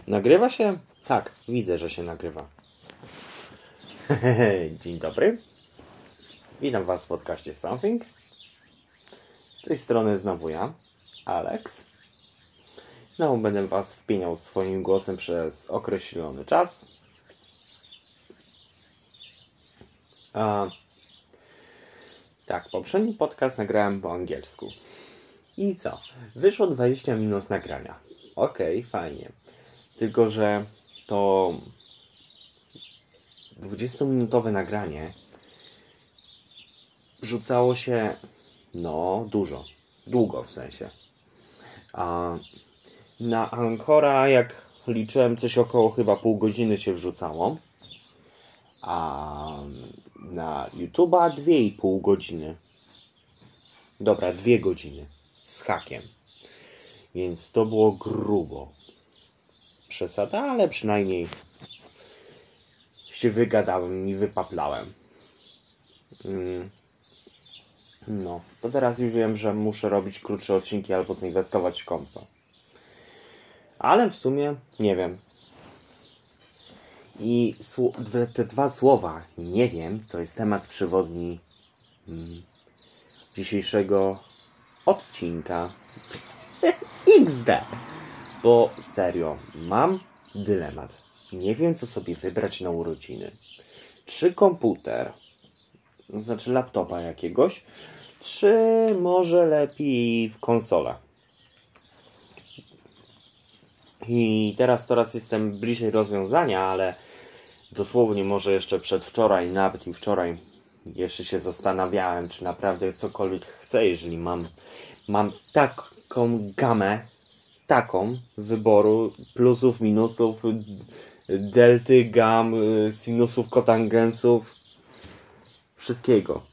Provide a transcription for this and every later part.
Nagrywa się? Tak, widzę, że się nagrywa. Dzień dobry. Witam Was w podcaście Something. Z tej strony znowu ja, Alex. Znowu będę Was wpieniał swoim głosem przez określony czas. Tak, poprzedni podcast nagrałem po angielsku. I co? Wyszło 20 minut nagrania. Okej, fajnie. Tylko, że to 20-minutowe nagranie rzucało się długo w sensie. A na Anchora, jak liczyłem, coś około chyba pół godziny się wrzucało. A na YouTube'a 2,5 godziny. Dobra, 2 godziny z hakiem. Więc to było grubo. Przesada, ale przynajmniej się wygadałem i wypaplałem. No, to teraz już wiem, że muszę robić krótsze odcinki albo zainwestować w kompo. Ale w sumie nie wiem. I te dwa słowa, nie wiem, to jest temat przewodni dzisiejszego odcinka. XD. Bo serio, mam dylemat. Nie wiem, co sobie wybrać na urodziny. Czy komputer, znaczy laptopa jakiegoś, czy może lepiej w konsolę. I teraz coraz jestem bliżej rozwiązania, ale dosłownie może jeszcze przedwczoraj, nawet i wczoraj jeszcze się zastanawiałem, czy naprawdę cokolwiek chcę, jeżeli mam taką gamę, wyboru plusów, minusów, delty, gam, sinusów, kotangensów, wszystkiego.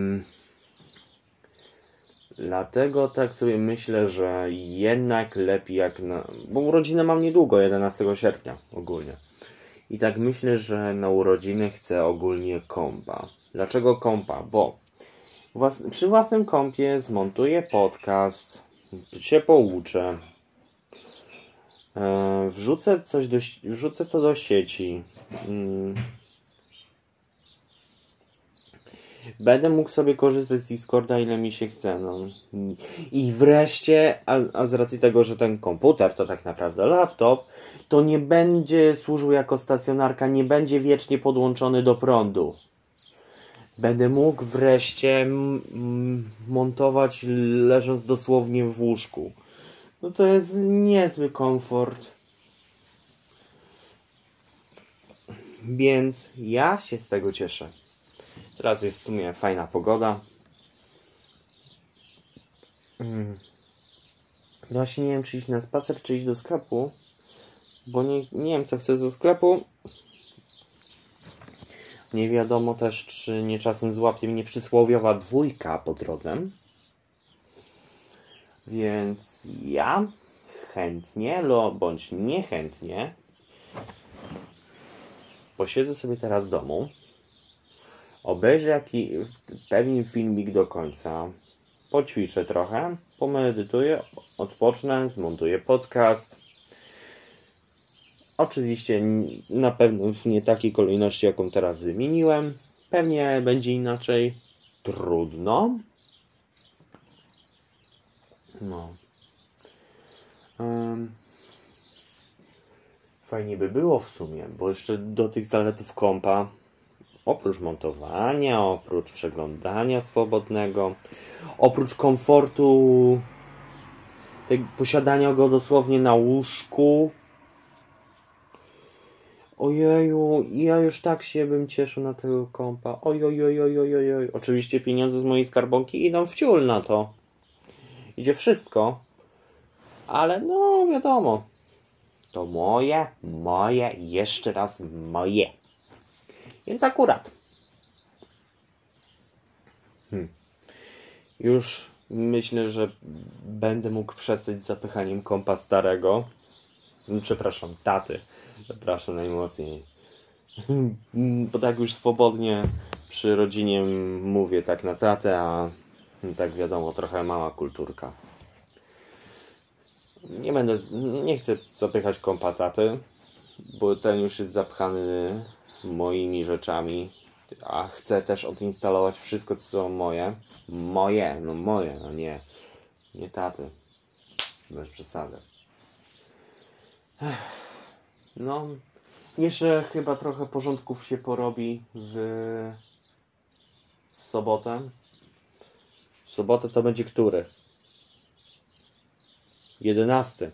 Dlatego tak sobie myślę, że jednak lepiej bo urodziny mam niedługo, 11 sierpnia ogólnie. I tak myślę, że na urodziny chcę ogólnie kompa. Dlaczego kompa? Bo przy własnym kompie zmontuję podcast, się pouczę, wrzucę to do sieci. Będę mógł sobie korzystać z Discorda, ile mi się chce. I wreszcie, a z racji tego, że ten komputer to tak naprawdę laptop, to nie będzie służył jako stacjonarka, nie będzie wiecznie podłączony do prądu. Będę mógł wreszcie montować leżąc dosłownie w łóżku. No to jest niezły komfort. Więc ja się z tego cieszę. Teraz jest w sumie fajna pogoda. Właśnie nie wiem, czy iść na spacer, czy iść do sklepu. Bo nie wiem, co chcę ze sklepu. Nie wiadomo też, czy nie czasem złapie mnie przysłowiowa 2 po drodze. Więc ja chętnie, bądź niechętnie posiedzę sobie teraz w domu. Obejrzę pewien filmik do końca. Poćwiczę trochę, pomedytuję, odpocznę, zmontuję podcast. Oczywiście na pewno w nie takiej kolejności, jaką teraz wymieniłem. Pewnie będzie inaczej. Trudno. Fajnie by było w sumie, bo jeszcze do tych zaletów kompa, oprócz montowania, oprócz przeglądania swobodnego, oprócz komfortu posiadania go dosłownie na łóżku. Ojeju, ja już tak się bym cieszył na tego kompa. Ojojojojojojoj. Oczywiście pieniądze z mojej skarbonki idą w ciul na to. Idzie wszystko. Ale no wiadomo. To moje, jeszcze raz moje. Więc akurat. Już myślę, że będę mógł przestać z zapychaniem kompa starego. Przepraszam, taty. Przepraszam najmocniej. Bo tak już swobodnie przy rodzinie mówię tak na tatę, a tak wiadomo, trochę mała kulturka. nie chcę zapychać kompa taty, bo ten już jest zapchany moimi rzeczami, a chcę też odinstalować wszystko, co moje. Moje, no nie taty. Bez przesady. No, jeszcze chyba trochę porządków się porobi w sobotę. W sobotę to będzie który? 11.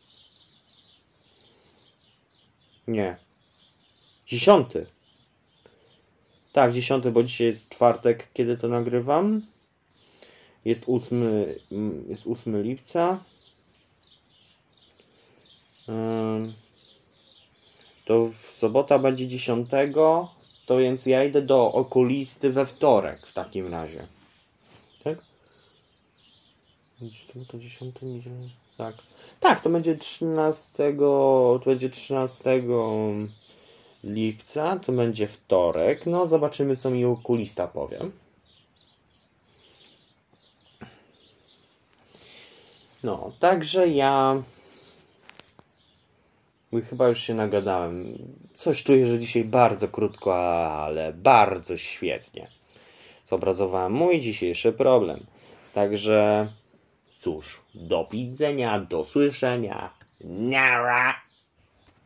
Nie. 10. Tak, 10, bo dzisiaj jest czwartek, kiedy to nagrywam. Jest 8 lipca. To sobota będzie 10, to więc ja idę do okulisty we wtorek w takim razie. Tak? To 10, tak. Tak, to będzie 13 lipca, to będzie wtorek. No, zobaczymy, co mi okulista powie. No, także ja chyba już się nagadałem. Coś czuję, że dzisiaj bardzo krótko, ale bardzo świetnie zobrazowałem mój dzisiejszy problem. Także cóż, do widzenia, do słyszenia. Nara!